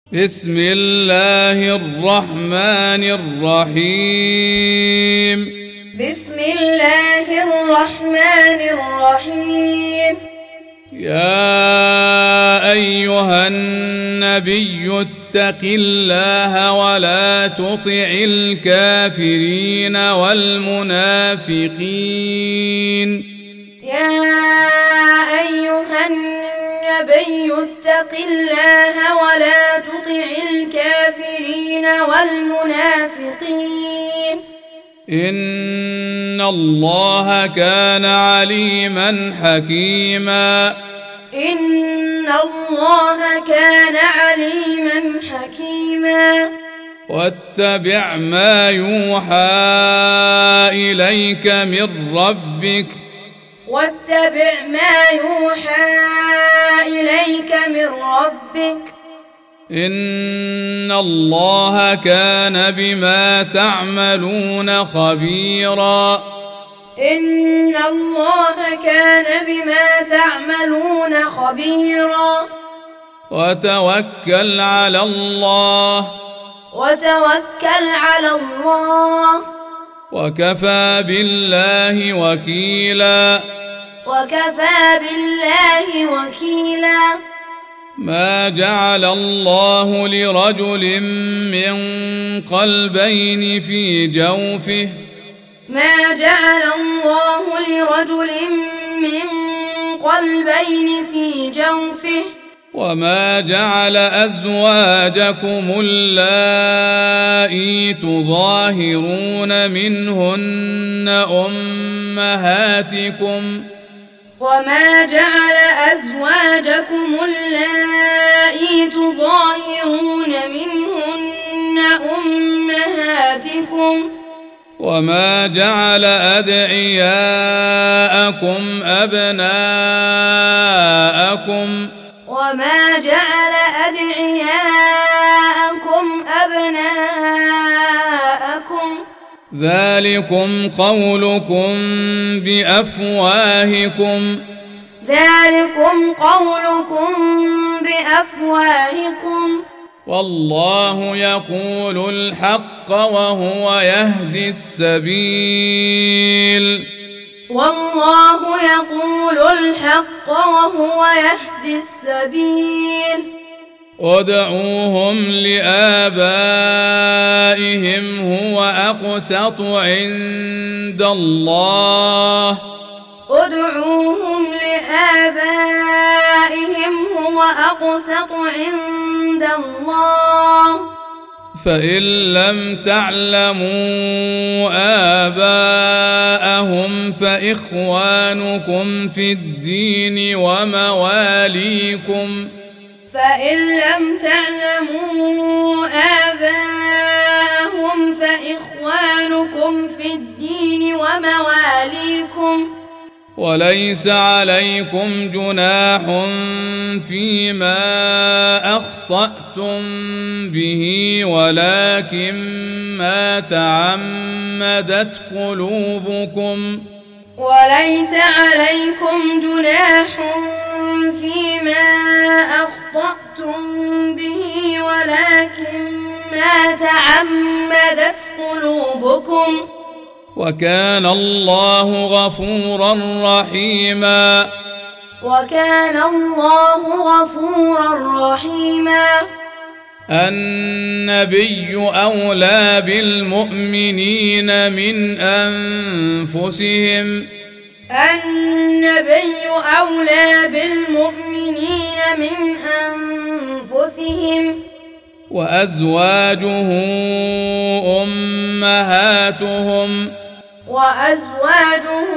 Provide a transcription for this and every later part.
بسم الله الرحمن الرحيم. بسم الله الرحمن الرحيم. يا أيها النبي اتق الله ولا تطع الكافرين والمنافقين. يا أيها النبي اتق الله ولا تطع الكافرين والمنافقين. إن الله كان عليما حكيما. إن الله كان عليما حكيما. واتبع ما يوحى إليك من ربك. واتبع ما يوحى إليك من ربك. إن الله كان بما تعملون خبيرا. إن الله كان بما تعملون خبيرا. وتوكل على الله. وتوكل على الله. وكفى بالله وكيلا. وكفى بالله وكيلا. ما جعل الله لرجل من قلبين في جوفه. ما جعل الله لرجل من قلبين في جوفه. وما جعل أزواجكم اللائي تظاهرون منهن أمهاتكم. وما جعل أزواجكم اللائي تظاهرون منهن أمهاتكم. وما جعل أدعياءكم أبناءكم. وما جعل أدعياءكم أبناءكم. ذلكم قولكم بأفواهكم. ذلكم قولكم بأفواهكم. والله يقول الحق وهو يهدي السبيل. والله يقول الحق وهو يهدي السبيل. ادعوهم لآبائهم هو أقسط عند الله. ادعوهم لآبائهم هو أقسط عند الله. فإن لم تعلموا آباءهم فإخوانكم في الدين ومواليكم. فإن لم تعلموا آباءهم فإخوانكم في الدين ومواليكم. وليس عليكم جناح فيما أخطأتم به ولكن ما تعمدت قلوبكم. وليس عليكم جناح فيما أخطأتم به ولكن ما تعمدت قلوبكم. وكان الله غفورا رحيما. وكان الله غفورا رحيما. النبي أولى بالمؤمنين من أنفسهم. النبي أولى بالمؤمنين من أنفسهم. وأزواجه أمهاتهم. وأزواجه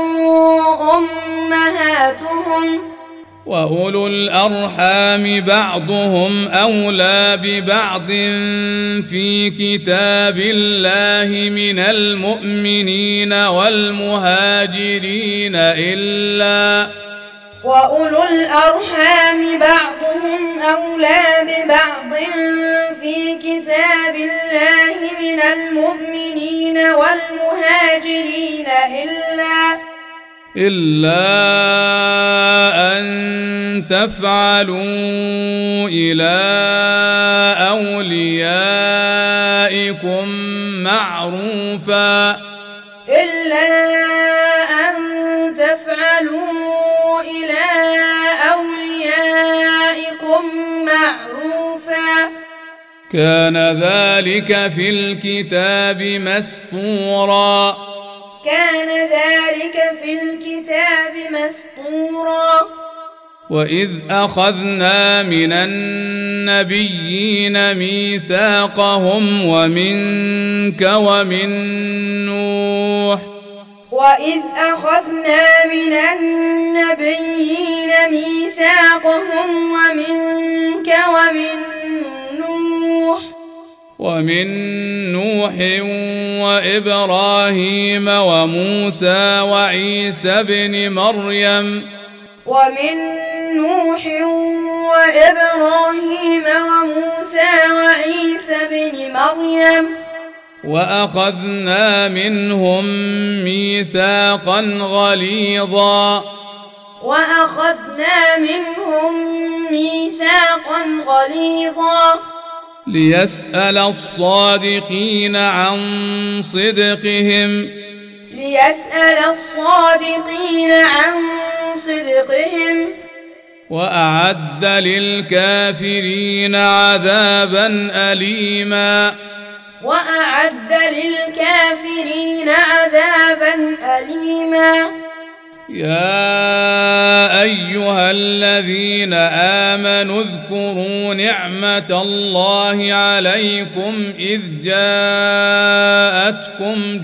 أمهاتهم. وأولو الأرحام بعضهم أولى ببعض في كتاب الله من المؤمنين والمهاجرين إلا وأولو الأرحام بعضهم أولى ببعض في كتاب الله من المؤمنين والمهاجرين إلا أن تفعلوا إلى أوليائكم معروفا إلى أوليائكم معروفا كان ذلك في الكتاب مسطورا وإذ أخذنا من النبيين ميثاقهم ومنك ومن نوح وإبراهيم وموسى وعيسى بن مريم وأخذنا منهم ميثاقا غليظا ليسأل الصادقين عن صدقهم وأعد للكافرين عذابا أليما يا أيها الذين آمنوا اذكروا نعمة الله عليكم إذ جاءتكم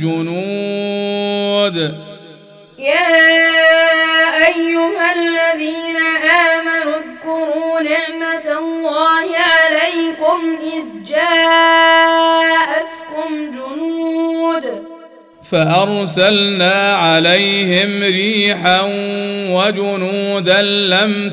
جنود فأرسلنا عليهم ريحا وجنودا لم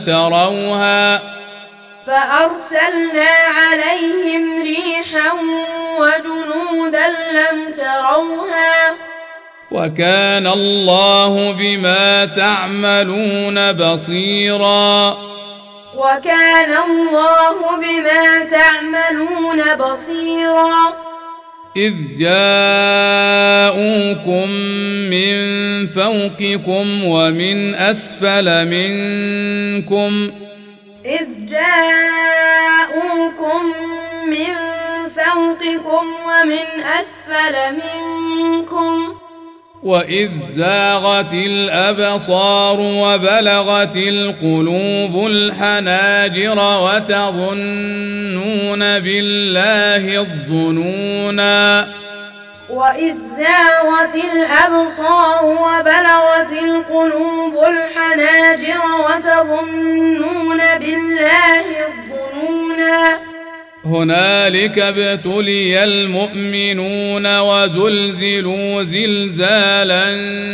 تروها وكان الله بما تعملون بصيرا إذ جاءوكم من فوقكم ومن أسفل منكم وإذ زاغت الأبصار وبلغت القلوب الحناجر وتظنون بالله الظنونا هنالك ابتلي المؤمنون وزلزلوا زلزالا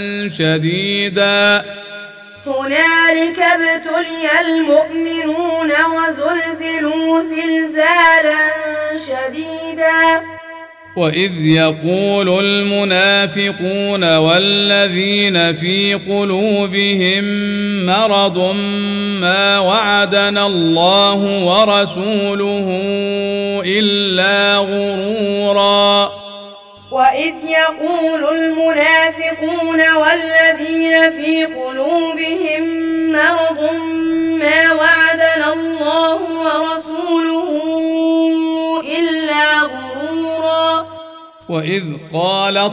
شديدا وإذ يقول المنافقون والذين في قلوبهم مرض ما وعدنا الله ورسوله إلا غرورا وإذ يقول المنافقون والذين في قلوبهم مرض ما وعدنا الله ورسوله إلا غرورا وإذ قالت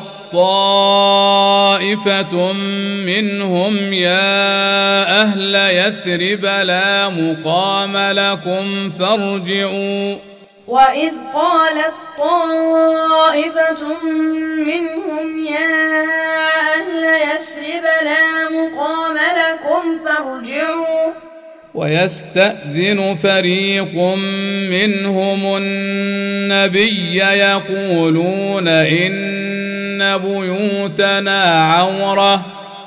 طائفة منهم يا أهل يثرب لا مقام لكم فارجعوا وإذ قالت طائفة منهم يا أهل يثرب لا مقام لكم فارجعوا ويستأذن فريق منهم النبي يقولون إن بيوتنا عورة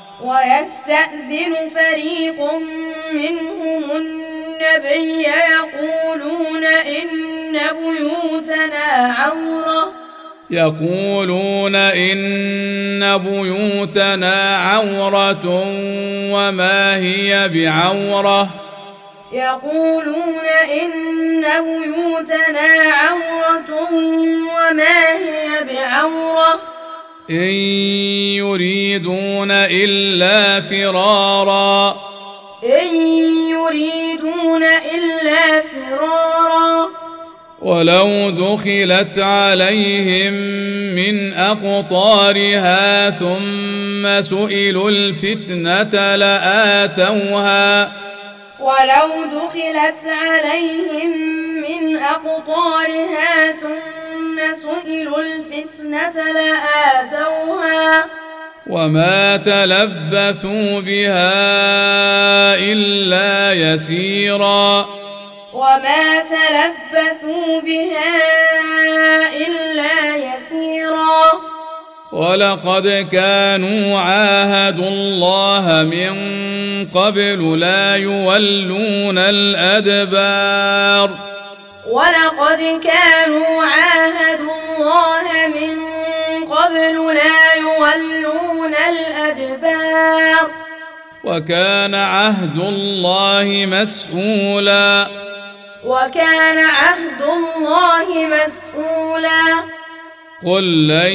يقولون إن بيوتنا عورة وما هي بعورة إن يريدون إلا فرارا ولو دخلت عليهم من أقطارها ثم سئلوا الفتنة لآتوها وما تلبثوا بها إلا يسيرا ولقد كانوا عاهدوا الله من قبل لا يولون الأدبار وكان عهد الله مسؤولا قل لن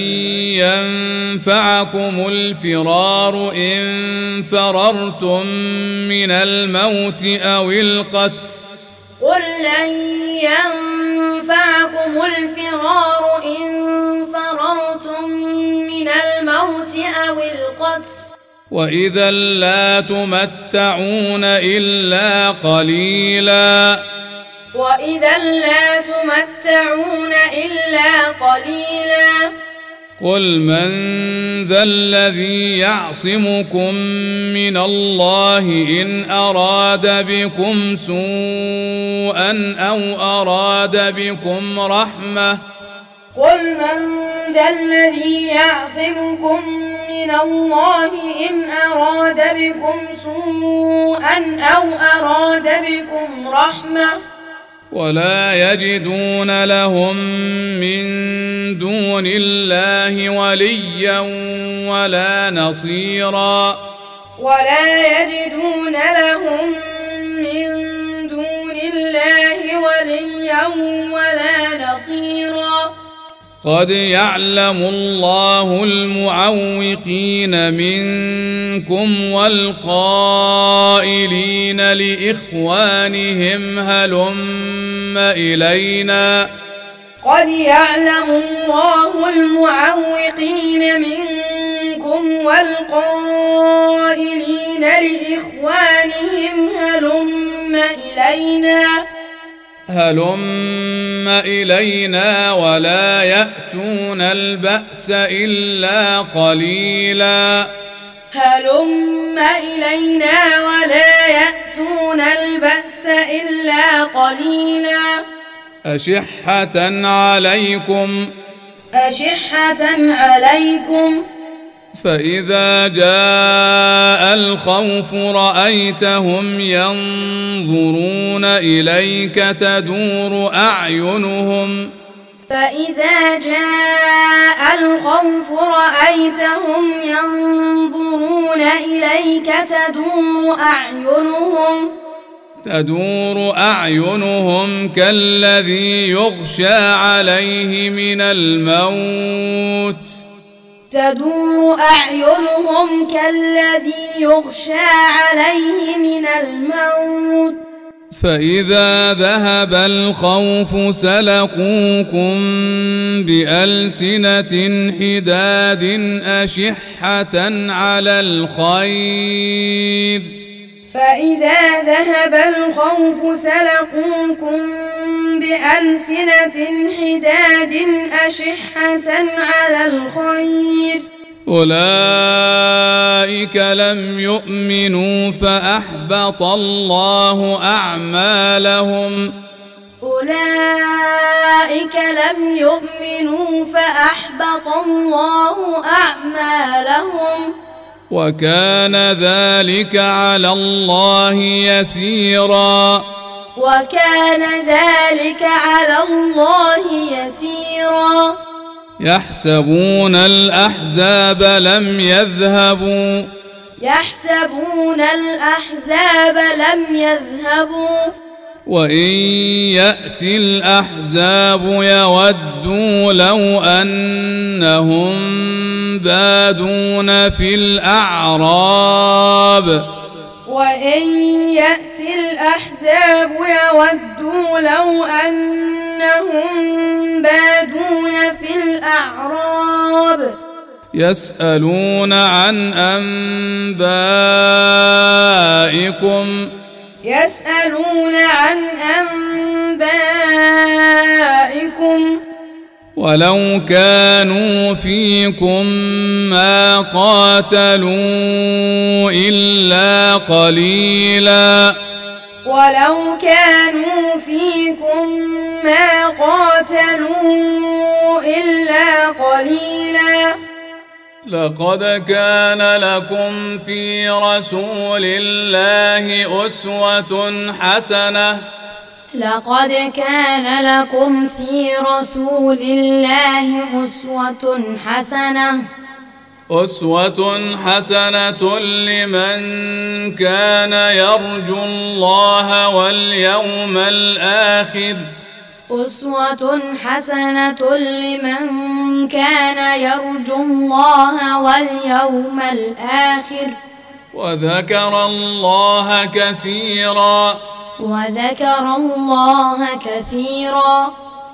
ينفعكم الفرار إن فررتم من الموت أو القتل وإذا لا تمتعون إلا قليلا قل من ذا الذي يعصمكم من الله إن أراد بكم سوءا أو أراد بكم رحمة ولا يجدون لهم من دون الله وليا ولا نصيرا قد يعلم الله المعوقين منكم والقائلين لإخوانهم هلم إلينا هلم إلينا ولا يأتون البأس إلا قليلا أشحة عليكم فإذا جاء الخوف رأيتهم ينظرون إليك تدور أعينهم تدور أعينهم كالذي يغشى عليه من الموت فإذا ذهب الخوف سلقوكم بألسنة حداد أشحة على الخير أولئك لم يؤمنوا فأحبط الله أعمالهم وكان ذلك على الله يسيرا يحسبون الأحزاب لم يذهبوا وإن يأتي الأحزاب يودوا لو أنهم بادون في الأعراب وإن يأتي الأحزاب يودوا لو أنهم بادون في الأعراب يسألون عن أنبائكم ولو كانوا فيكم ما قاتلوا إلا قليلا لقد كان لكم في رسول الله أسوة حسنة لمن كان يرجو الله واليوم الآخر وذكر الله كثيرا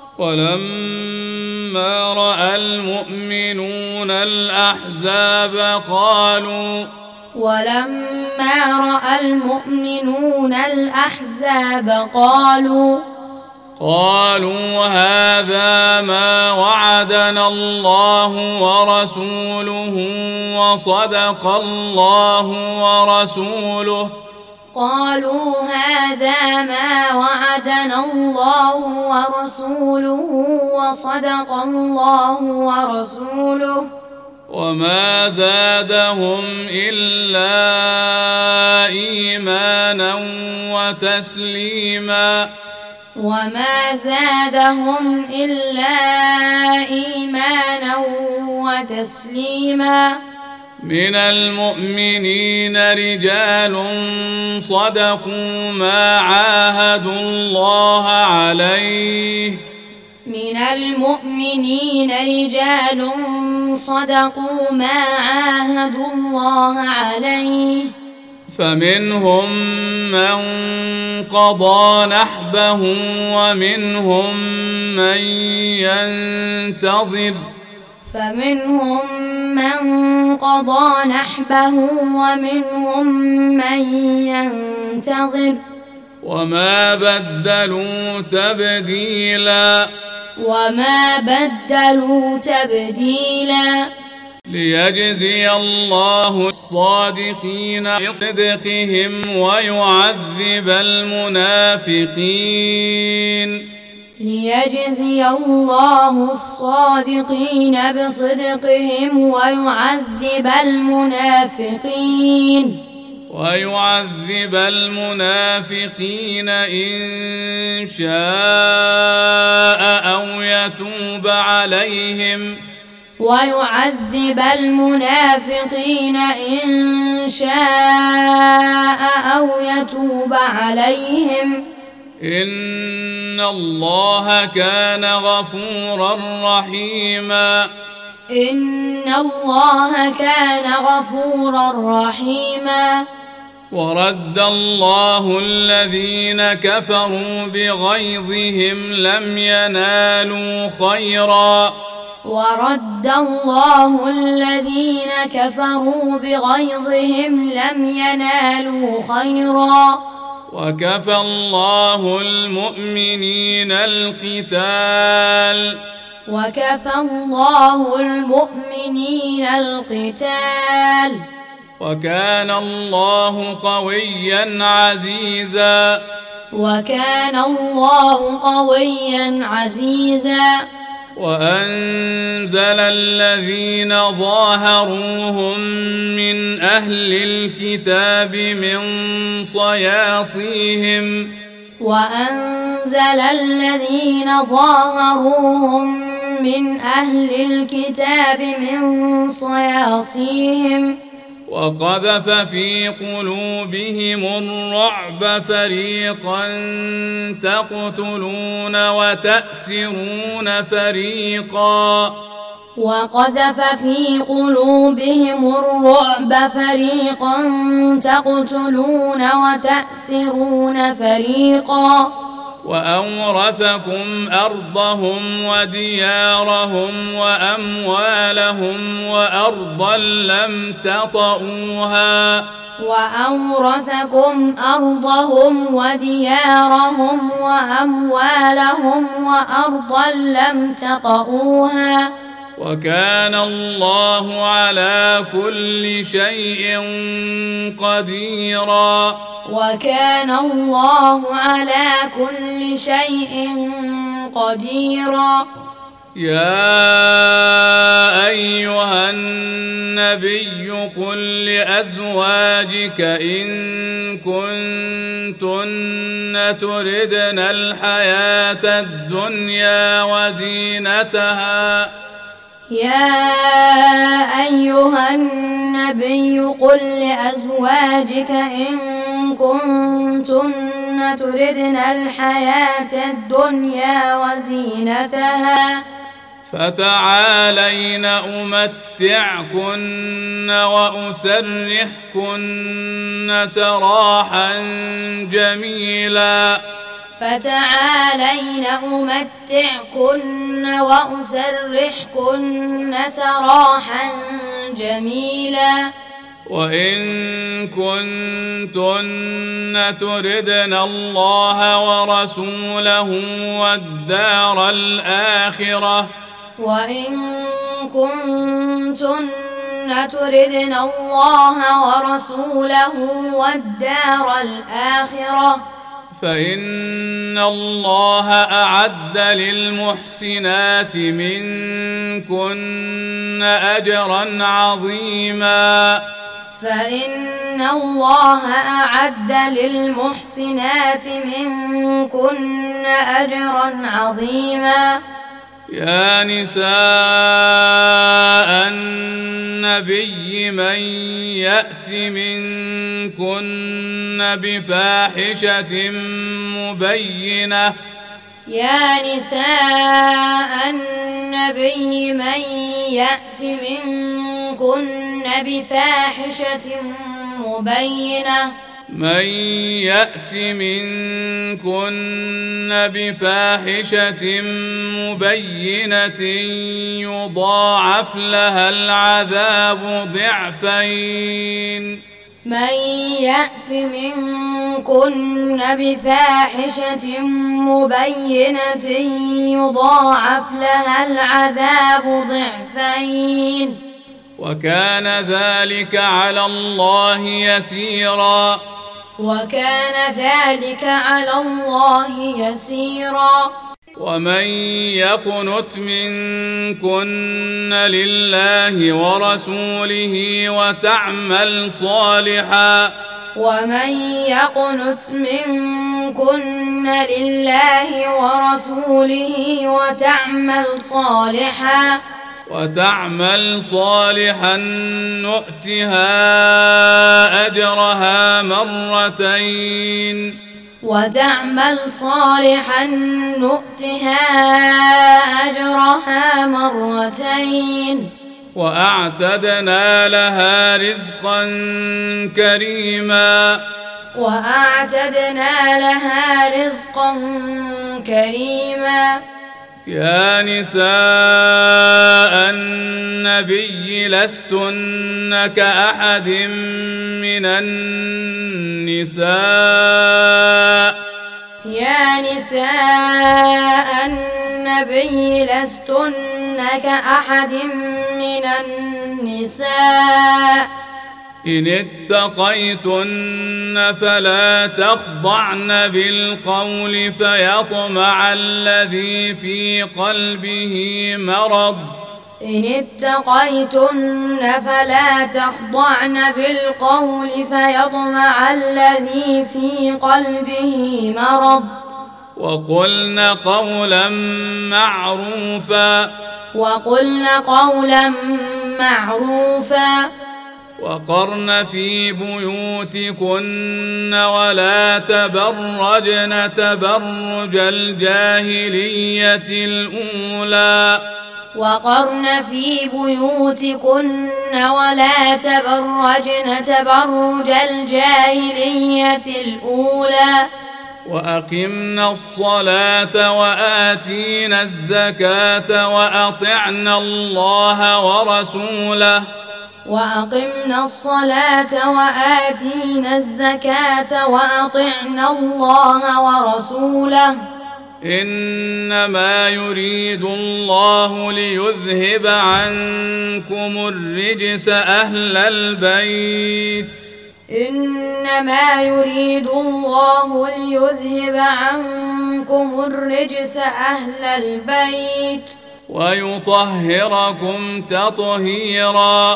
ولما رأى المؤمنون الأحزاب قالوا هذا ما وعدنا الله ورسوله وصدق الله ورسوله وما زادهم إلا إيمانا وتسليما من المؤمنين رجال صدقوا ما عاهدوا الله عليه فمنهم من قضى نحبه ومنهم من ينتظر وما بدلوا تبديلا ليجزي الله الصادقين بصدقهم ويعذب المنافقين إن شاء أو يتوب عليهم إن الله كان غفورا رحيما ورد الله الذين كفروا بغيظهم لم ينالوا خيرا وكفى الله المؤمنين القتال وكان الله قويا عزيزا وأنزل الذين ظاهروهم من أهل الكتاب من صياصيهم وقذف في قلوبهم الرعب فريقا تقتلون وتأسرون فريقا وقذف في قلوبهم الرعب فريقا تقتلون وتأسرون فريقا وأورثكم أرضهم وديارهم وأموالهم وأرضا لم تطئوها وأورثكم أرضهم وديارهم وأموالهم وأرضا لم تطئوها وكان الله على كل شيء قديرا وكان الله على كل شيء قديرا يا أيها النبي قل لأزواجك إن كنتن تردن الحياة الدنيا وزينتها يا أيها النبي قل لأزواجك إن كنتن تردن الحياة الدنيا وزينتها فتعالين أمتعكن وأسرحكن سراحا جميلا فتعالين أمتعكن وأسرحكن سراحا جميلا وإن كنتن تردن الله ورسوله والدار الآخرة وإن كنتن تردن الله ورسوله والدار الآخرة فإن الله أعد للمحسنات منكن أجرا عظيما فإن الله أعد للمحسنات منكن أجرا عظيما يا نساء النبي من يأت منكن بفاحشة مبينة يا نساء النبي من يأت منكن بفاحشة مبينة من يأت منكن بفاحشة مبينة يضاعف لها العذاب ضعفين من يأت منكن بفاحشة مبينة يضاعف لها العذاب ضعفين وكان ذلك على الله يسيرا وكان ذلك على الله يسيرا ومن يقنت منكن لله ورسوله ومن يقنت منكن لله ورسوله وتعمل صالحا نؤتها أجرها مرتين وأعتدنا لها رزقا كريما يا نساء النبي لستن كأحد من النساء يا نساء النبي لستن كأحد من النساء إن اتقيتن فلا تخضعن بالقول فيطمع الذي في قلبه مرض إن اتقيتن فلا تخضعن بالقول فيطمع الذي في قلبه مرض وقلن قولا معروفا وقرن في بيوتكن ولا تبرجن تبرج الجاهلية الأولى وقرن في بيوتكن ولا تبرجن تبرج الجاهلية الأولى وأقمنا الصلاة وآتينا الزكاة وأطعنا الله ورسوله وأقمنا الصلاة وآتينا الزكاة وأطعنا الله ورسوله إنما يريد الله ليذهب عنكم الرجس أهل البيت إنما يريد الله ليذهب عنكم الرجس أهل البيت ويطهركم تطهيرا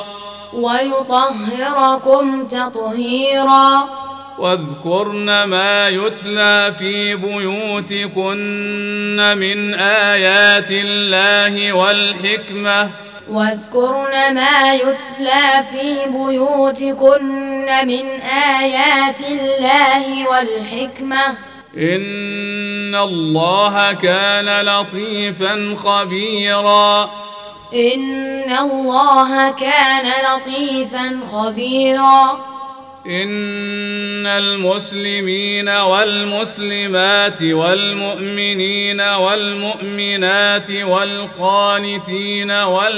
واذكرن ما يتلى في بيوتكن من آيات الله والحكمة واذكرن ما يتلى في بيوتكن من آيات الله والحكمة إن الله كان لطيفا خبيرا إن الله كان لطيفا خبيرا إن المسلمين والمسلمات والمؤمنين والمؤمنات والقانتين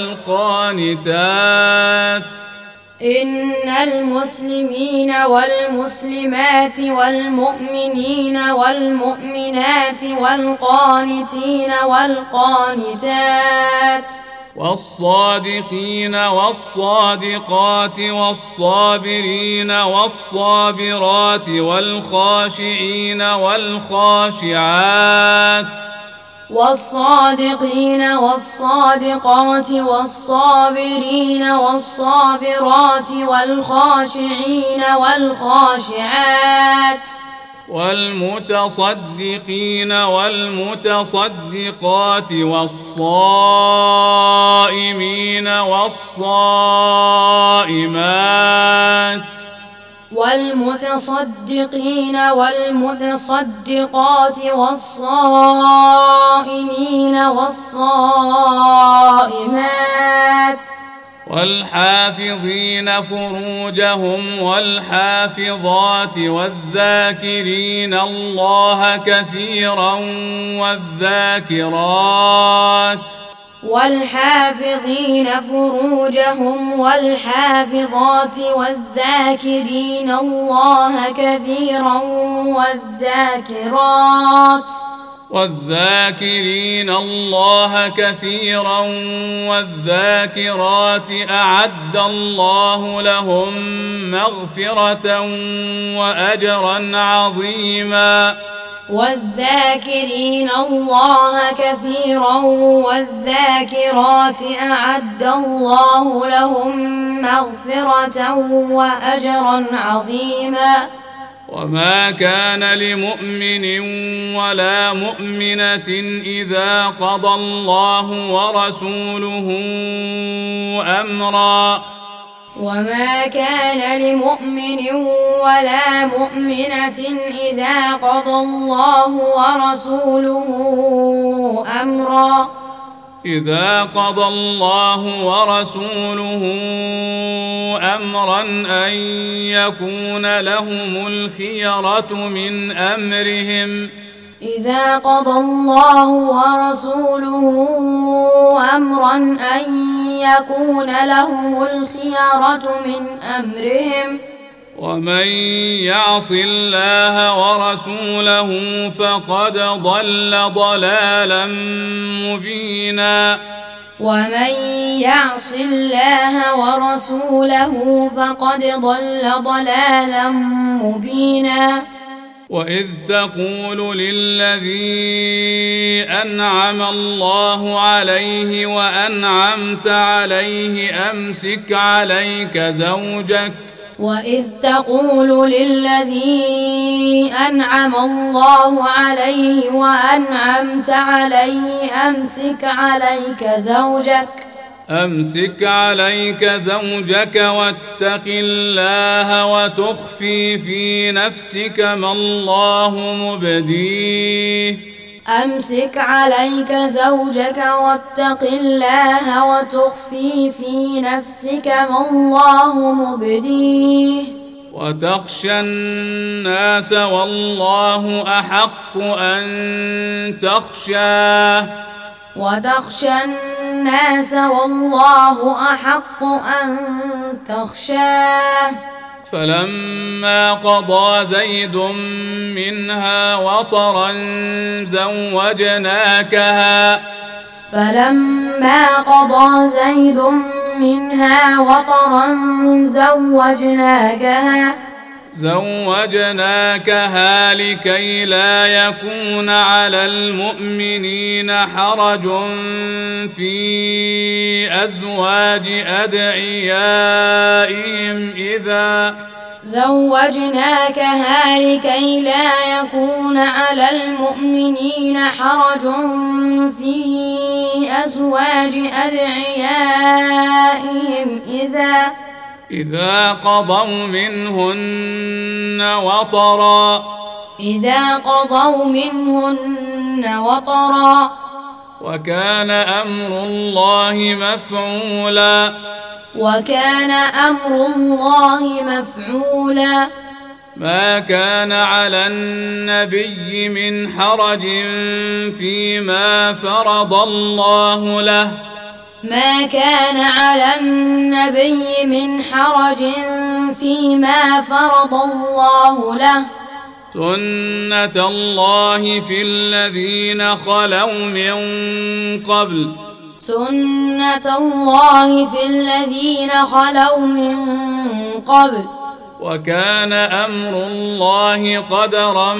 والقانتات إن المسلمين والمسلمات والمؤمنين والمؤمنات والقانتين والقانتات والصادقين والصادقات والصابرين والصابرات والخاشعين والخاشعات والصادقين والصادقات والصابرين والصابرات والخاشعين والخاشعات والمتصدقين والمتصدقات والصائمين والصائمات والمتصدقين والمتصدقات والصائمين والصائمات والحافظين فروجهم والحافظات والذاكرين الله كثيرا والذاكرات والحافظين فروجهم والحافظات والذاكرين الله كثيرا والذاكرين الله كثيرا والذاكرات أعد الله لهم مغفرة وأجرا عظيما والذاكرين الله كثيرا والذاكرات أعد الله لهم مغفرة وأجرا عظيما وما كان لمؤمن ولا مؤمنة إذا قضى الله ورسوله أمرا وما كان لمؤمن ولا مؤمنة إذا قضى الله ورسوله أمرا إذا قضى الله ورسوله أمرا أن يكون لهم الخيرة من أمرهم إذا قضى الله ورسوله أمرا أن يكون لهم الخيرة من أمرهم ومن يعص الله ورسوله فقد ضل ضلالا مبينا ومن يعص الله ورسوله فقد ضل ضلالا مبينا وإذ تقول للذي أنعم الله عليه وأنعمت عليه أمسك عليك زوجك وإذ تقول للذي أنعم الله عليه وأنعمت عليه أمسك عليك زوجك أمسك عليك زوجك واتق الله وتخفي في نفسك ما الله مبديه أمسك عليك زوجك واتق الله وتخفي في نفسك ما الله مبديه وتخشى الناس والله أحق أن تخشاه وتخشى الناس والله أحق أن تخشاه فلما قضى زيد منها وطرا زوجناكها زوجناكها لكي لا يكون على المؤمنين حرج في أزواج أدعيائهم إذا قضوا منهن وطرا وكان أمر الله مفعولا ما كان على النبي من حرج فيما فرض الله له سنة الله في الذين خلوا من قبل وكان أمر الله قدرا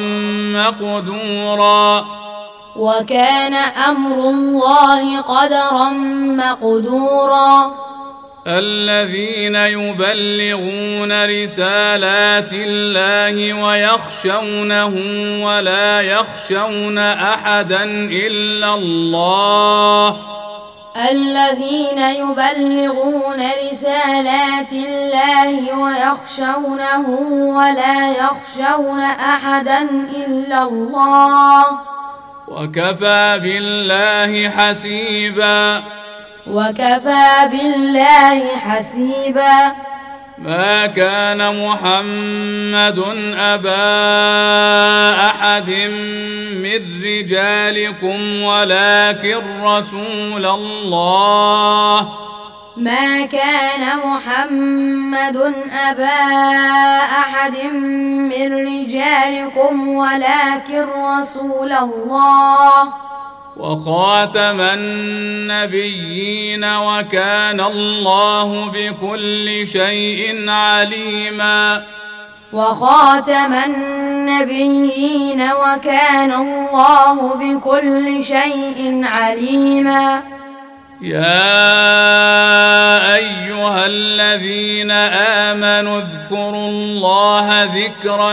مقدورا الذين يبلغون رسالات الله ويخشونه ولا يخشون أحدا إلا الله وكفى بالله حسيبا ما كان محمد أبا أحد من رجالكم ولكن رسول الله وخاتم النبيين وكان الله بكل شيء عليما يا أيها الذين آمنوا اذكروا الله ذكرا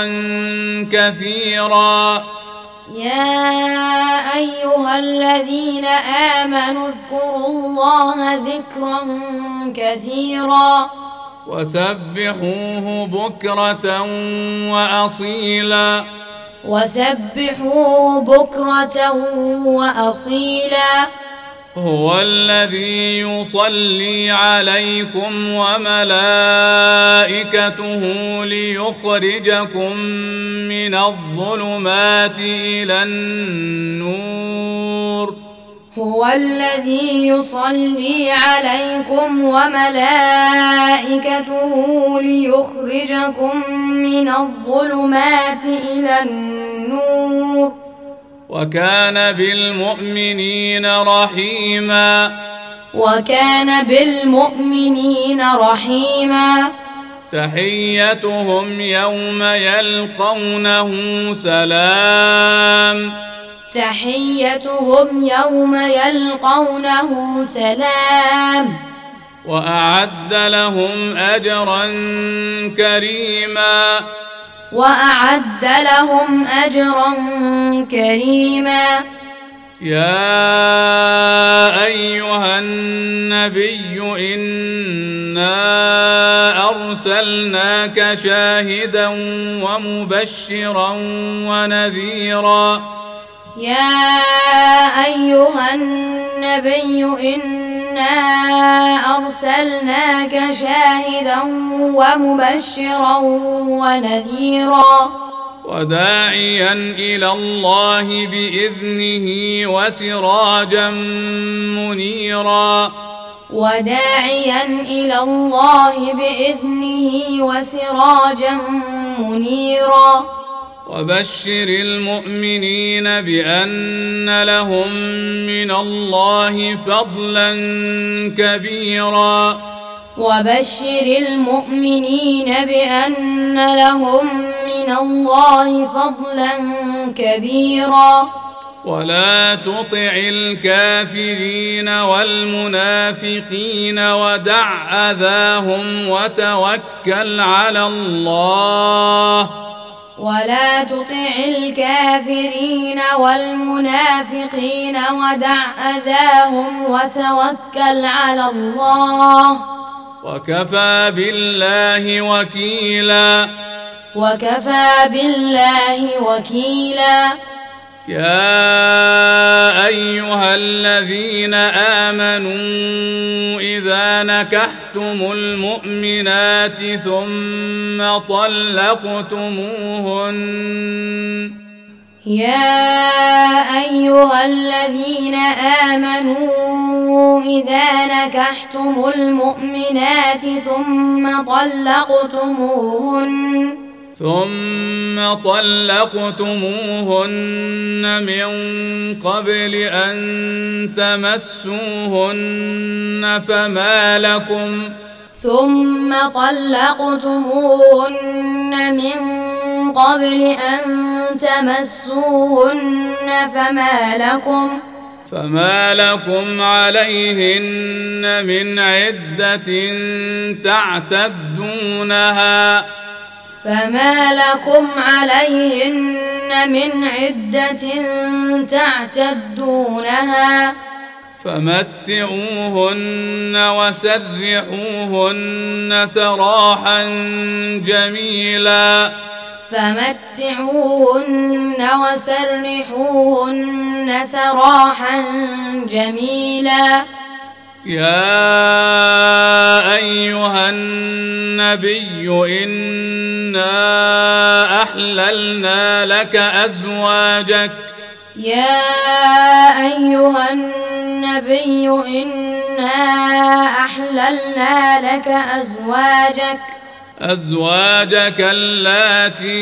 كثيرا وسبحوه بكرة وأصيلا هو الذي يصلي عليكم وملائكته ليخرجكم من الظلمات إلى النور وكان بالمؤمنين رحيما تحيتهم يوم يلقونه سلام وأعد لهم أجرا كريما يا أيها النبي إنا أرسلناك شاهدا ومبشرا ونذيرا. يا أيها النبي إنا أرسلناك شاهدا ومبشرا ونذيرا وداعيا إلى الله بإذنه وسراجا منيرا. وداعيا إلى الله بإذنه وسراجا منيرا. وبشر المؤمنين بأن لهم من الله فضلا كبيرا. وبشر المؤمنين بأن لهم من الله فضلا كبيرا. ولا تطع الكافرين والمنافقين ودع أذاهم وتوكل على الله. ولا تطع الكافرين والمنافقين ودع أذاهم وتوكل على الله. وكفى بالله وكيلا. وكفى بالله وكيلا. يا أيها الذين آمنوا إذا نكحتم المؤمنات ثم طلقتموهن يا أيها الذين آمنوا إذا نكحتم المؤمنات ثم طلقتموهن من قبل أن تمسوهن فما لكم عليهن من عدة تعتدونها فمتعوهن وسرحوهن سراحا جميلا. يا أيها النبي إنا أحللنا لك أزواجك. يا أيها النبي إنا أحللنا لك أزواجك اللاتي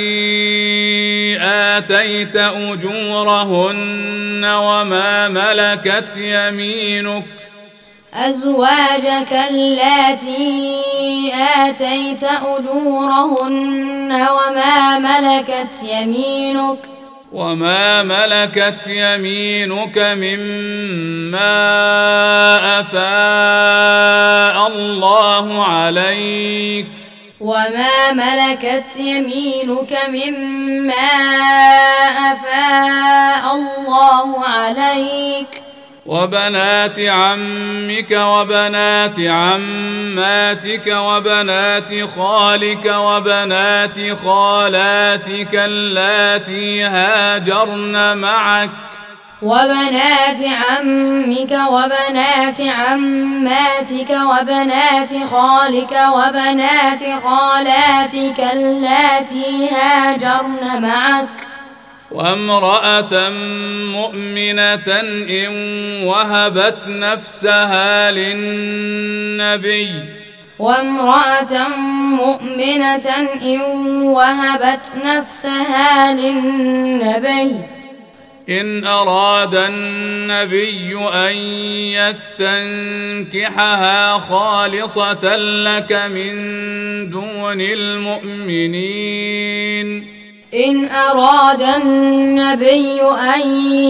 آتيت أجورهن وما ملكت يمينك. أزواجك اللاتي آتيت أجورهن وما ملكت يمينك مما أفاء الله عليك. وبنات عمك وبنات عماتك وبنات خالك وبنات خالاتك اللاتي هاجرن معك. وبنات عمك وبنات عماتك وبنات خالك وبنات خالاتك اللاتي هاجرن معك. وامرأة مؤمنة إن وهبت نفسها للنبي إن أراد النبي أن يستنكحها خالصة لك من دون المؤمنين. إن أراد النبي أن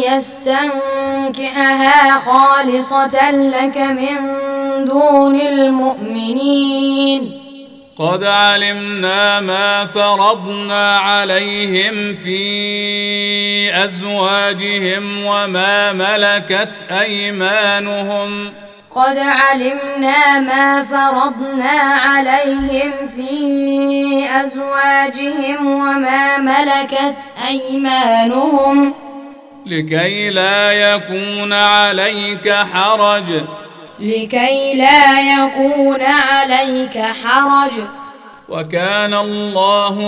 يستنكحها خالصة لك من دون المؤمنين. قد علمنا ما فرضنا عليهم في أزواجهم وما ملكت أيمانهم قد علمنا ما فرضنا عليهم في أزواجهم وما ملكت أيمانهم لكي لا يكون عليك حرج وكان الله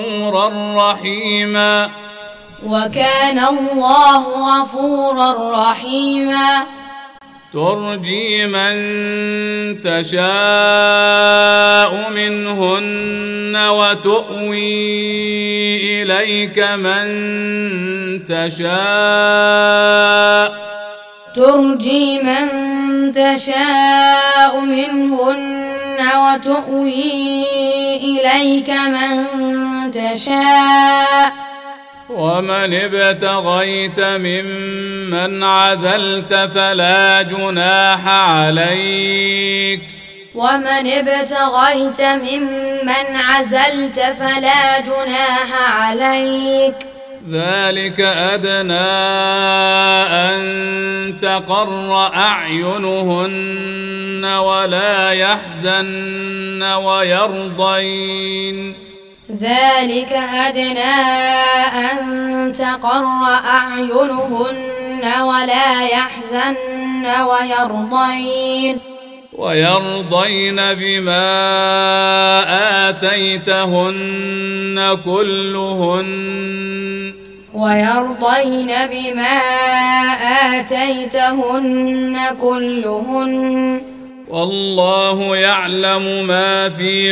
غفورا رحيما ترجي من تشاء منهن وتؤوي إليك من تشاء من تشاء ومن ابتغيت ممن عزلت فلا جناح عليك ذلك أدنى أن تقر أعينهن ولا يحزن ويرضين بما آتيتهن كلهن والله يعلم ما في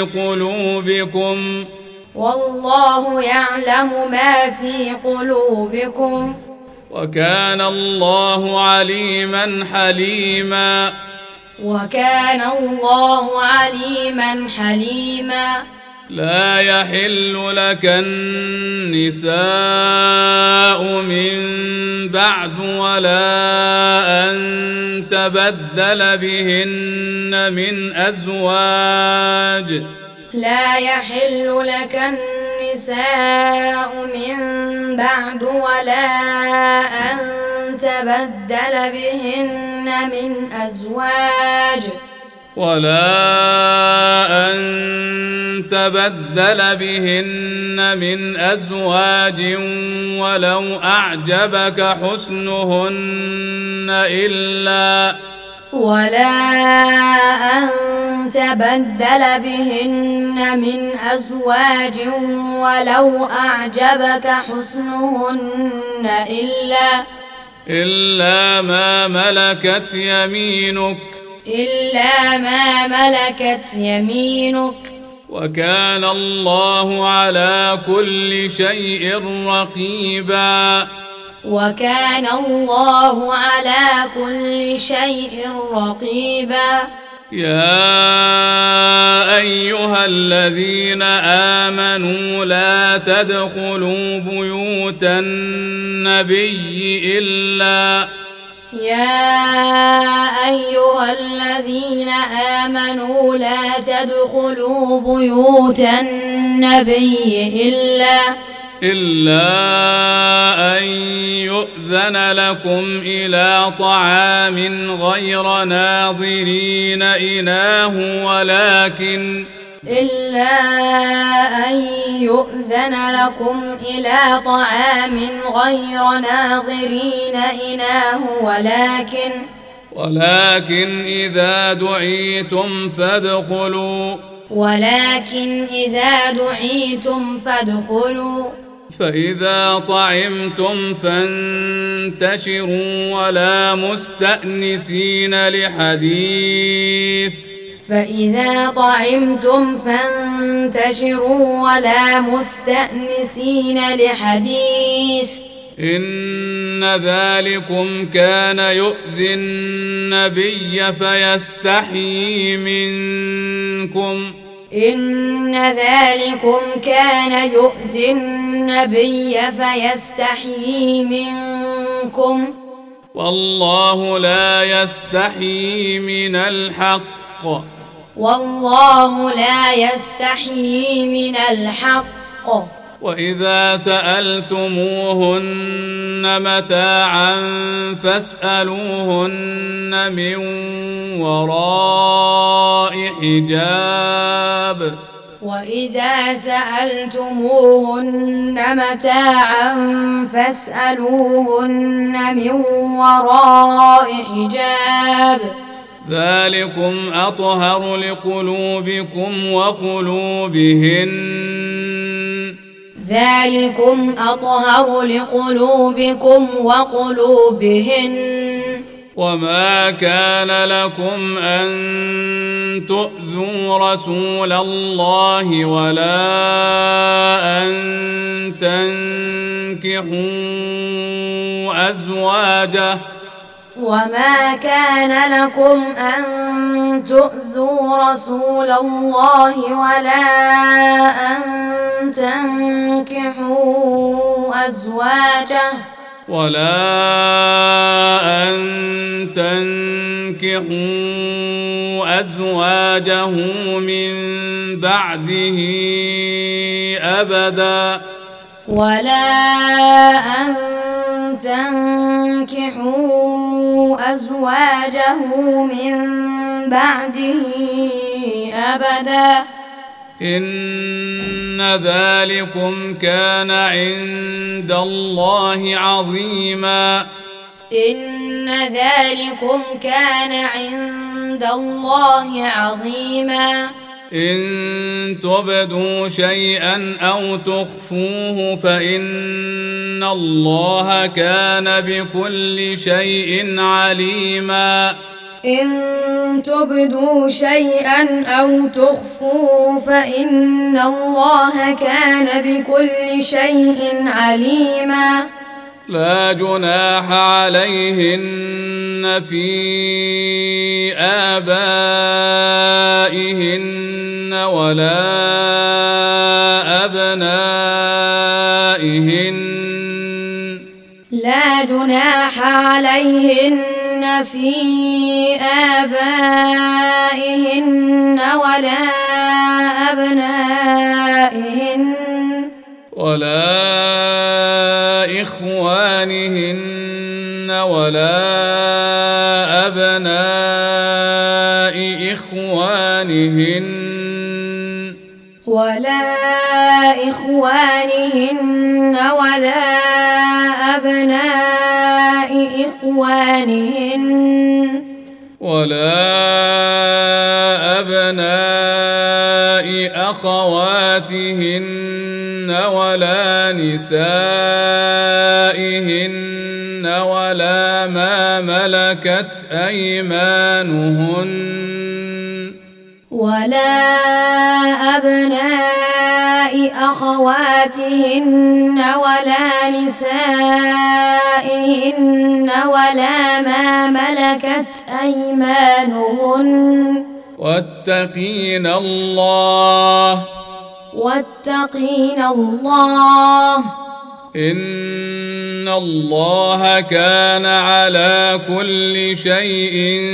قلوبكم وكان الله عليما حليما لا يحل لك النساء من بعد ولا أن تبدل بهن من أزواج ولو أعجبك حسنهن إلا ما ملكت يمينك وكان الله على كل شيء رقيبا يا أيها الذين آمنوا لا تدخلوا بيوت النبي إلا أن يؤذن لكم إلى طعام غير ناظرين إناه ولكن إذا دعيتم فادخلوا فإذا طعمتم فانتشروا ولا مستأنسين لحديث إن ذلكم كان يؤذي النبي فيستحيي منكم والله لا يستحيي من الحق والله لا يستحيي من الحق. وإذا سألتموهن متاعا فاسألوهن من وراء حجاب. وإذا سألتموهن متاعا فاسألوهن من وراء حجاب. ذلكم أطهر لقلوبكم وقلوبهن. ذلكم أطهر لقلوبكم وقلوبهن. وما كان لكم أن تؤذوا رسول الله ولا أن تنكحوا أزواجه. وما كان لكم أن تؤذوا رسول الله ولا أن تنكحوا أزواجه. ولا أن تنكحوا أزواجه من بعده أبدا. ولا أن تنكحوا أزواجه من بعده أبدا. إن ذلكم كان عند الله عظيما. إن ذلكم كان عند الله عظيما. إن تبدوا شيئا أو تخفوه فإن الله كان بكل شيء عليما. إن تبدوا شيئا أو تخفوه فإن الله كان بكل شيء عليما. لا جناح عليهن في آبائهن ولا أبنائهن. لا جناح عليهن في آبائهن ولا أبنائهن ولا إخوانهن ولا أبناء إخوانهن ولا إخوانهن ولا أبناء إخوانهن ولا أبناء أخواتهن ولا نسائهن ولا ما ملكت أيمانهن ولا أبناء أخواتهن ولا نسائهن ولا ما ملكت أيمانهن واتقين الله إن الله كان على كل شيء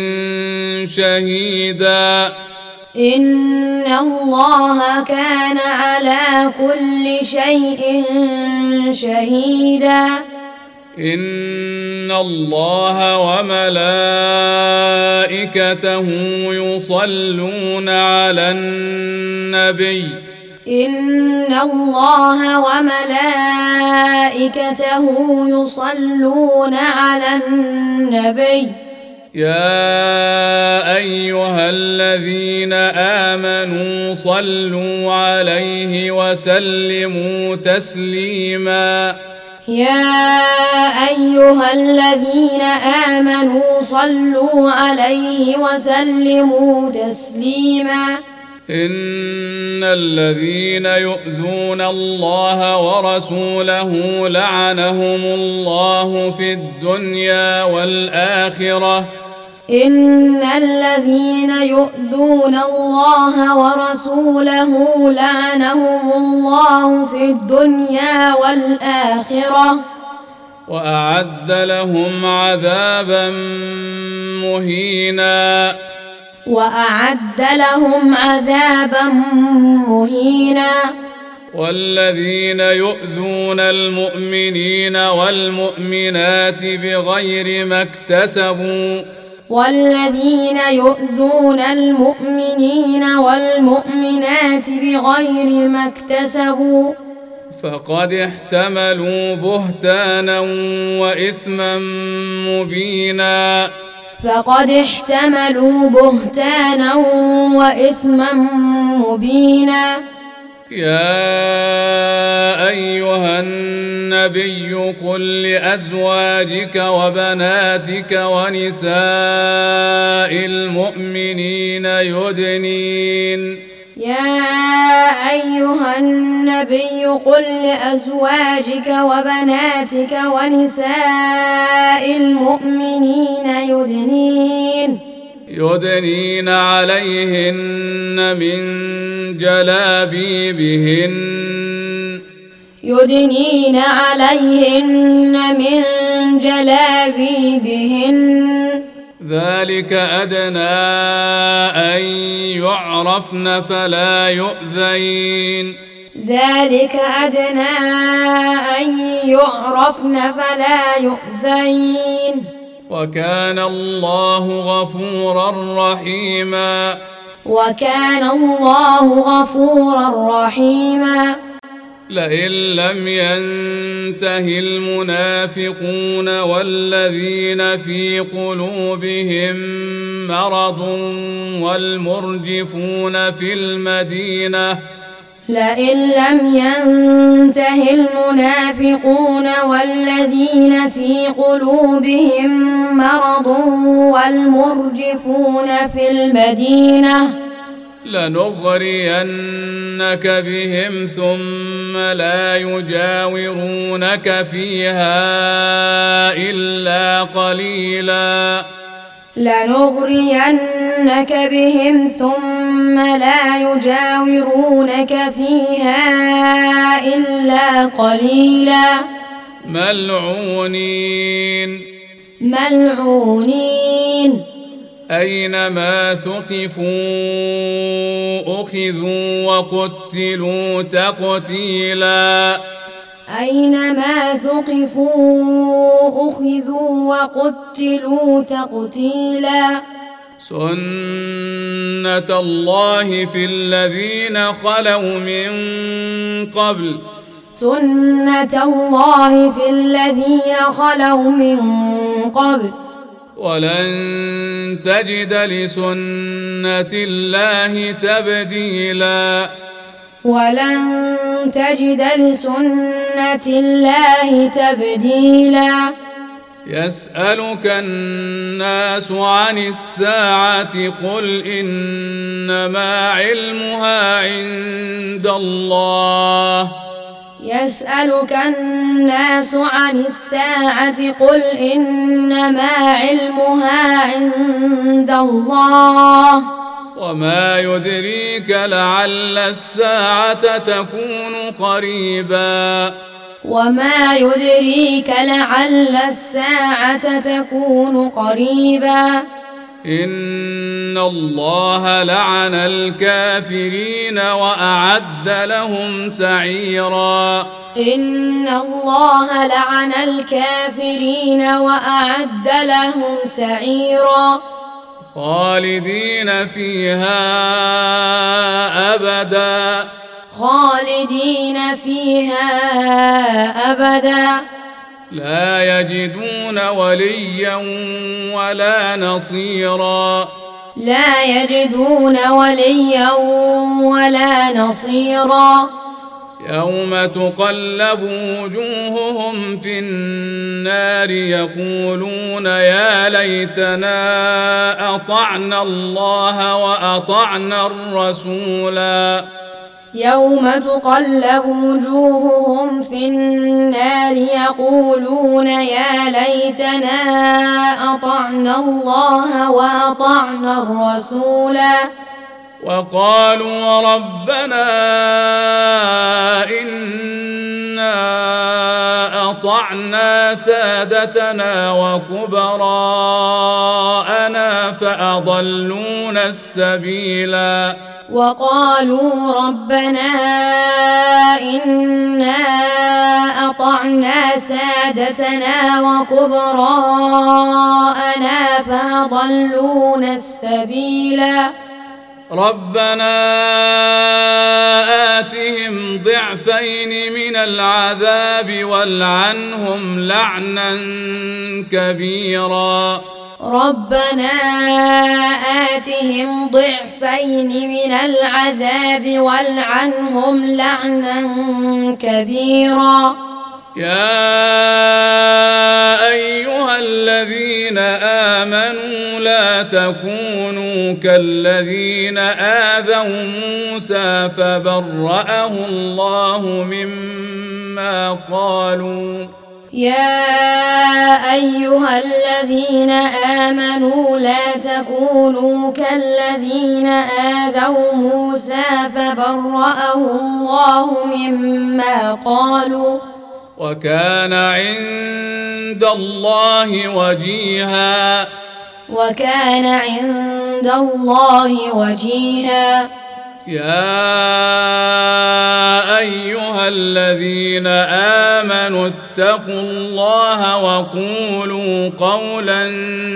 شهيدا. إن الله كان على كل شيء شهيدا. إن الله وملائكته يصلون على النبي. إن الله وملائكته يصلون على النبي. يا أيها الذين آمنوا صلوا عليه وسلموا تسليما. يا أيها الذين آمنوا صلوا عليه وسلموا تسليما. إن الذين يؤذون الله ورسوله لعنهم الله في الدنيا والآخرة. إن الذين يؤذون الله ورسوله لعنهم الله في الدنيا والآخرة وأعد لهم عذابا مهينا. وأعد لهم عذابا مهينا. والذين يؤذون المؤمنين والمؤمنات بغير ما اكتسبوا والذين يؤذون المؤمنين والمؤمنات بغير ما اكتسبوا فقد احتملوا بهتانا وإثما مبينا. فقد احتملوا بهتانا وإثما مبينا. يا أيها النبي قل لأزواجك وبناتك ونساء المؤمنين يا أيها النبي قل لأزواجك وبناتك ونساء المؤمنين يدنين عليهن من جلابيبهن ذلك أدنى أن يعرفن فلا يؤذين. وكان الله غفورا رحيما. لئن لم ينته المنافقون والذين في قلوبهم مرض والمرجفون في المدينة لنغرينك بهم ثم لا يجاورونك فيها إلا قليلا. ملعونين أينما ثقفوا أخذوا وقتلوا تقتيلا. سنة الله في الذين خلوا من قبل ولن تجد لسنة الله تبديلا. يسألك الناس عن الساعة قل إنما علمها عند الله وما يدريك لعل الساعة تكون قريبا. إن الله لعن الكافرين وأعد لهم سعيرا. خالدين فيها أبدا لا يجدون وليا ولا نصيرا. يوم تقلب وجوههم في النار يقولون يا ليتنا أطعنا الله وأطعنا الرسولا. وقالوا ربنا إنا أطعنا سادتنا وكبراءنا فأضلونا السبيلا وقالوا ربنا إنا أطعنا سادتنا وكبراءنا فأضلونا السبيلا ربنا آتهم ضعفين من العذاب والعنهم لعنا كبيرا ربنا آتهم ضعفين من العذاب والعنهم لعنا كبيرا يا أيها الذين آمنوا لا تكونوا كالذين آذوا موسى فبرأه الله مما قالوا يا أيها الذين آمنوا لا تكونوا كالذين آذوا موسى فبرأه الله مما قالوا وكان عند الله وجيها وكان عند الله وجيها يا أيها الذين آمنوا اتقوا الله وقولوا قولا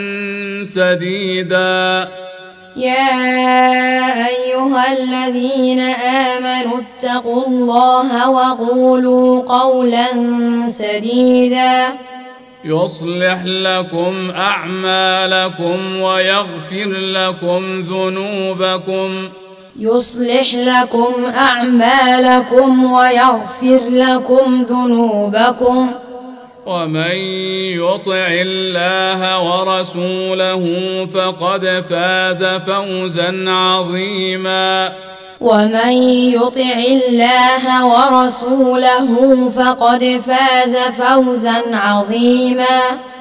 سديدا يا أيها الذين آمنوا اتقوا الله وقولوا قولا سديدا يصلح لكم أعمالكم ويغفر لكم ذنوبكم يصلح لكم أعمالكم ويغفر لكم ذنوبكم ومن يطع الله ورسوله فقد فاز فوزا عظيما ومن يطع الله ورسوله فقد فاز فوزا عظيما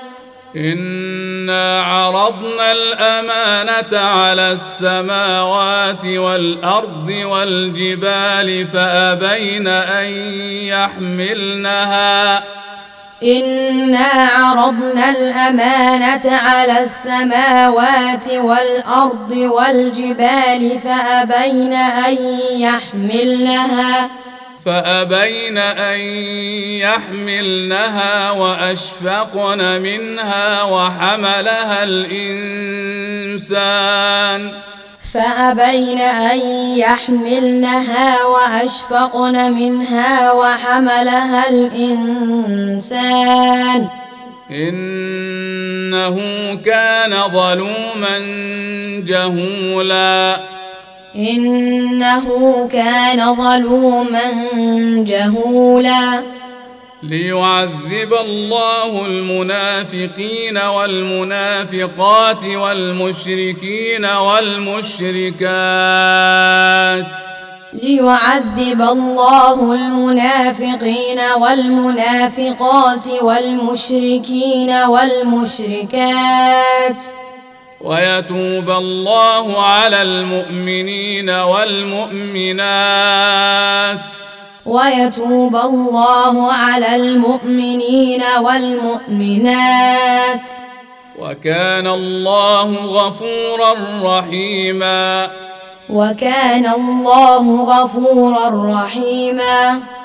إنا عرضنا الأمانة على السماوات والأرض والجبال فأبين أن يحملنها إنا عرضنا الأمانة على السماوات والأرض والجبال فأبين أن يحملنها وأشفقن منها وحملها الإنسان إنه كان ظلوما جهولا ليعذب الله المنافقين والمنافقات والمشركين والمشركات ويتوب الله على المؤمنين والمؤمنات وكان الله غفورا رحيما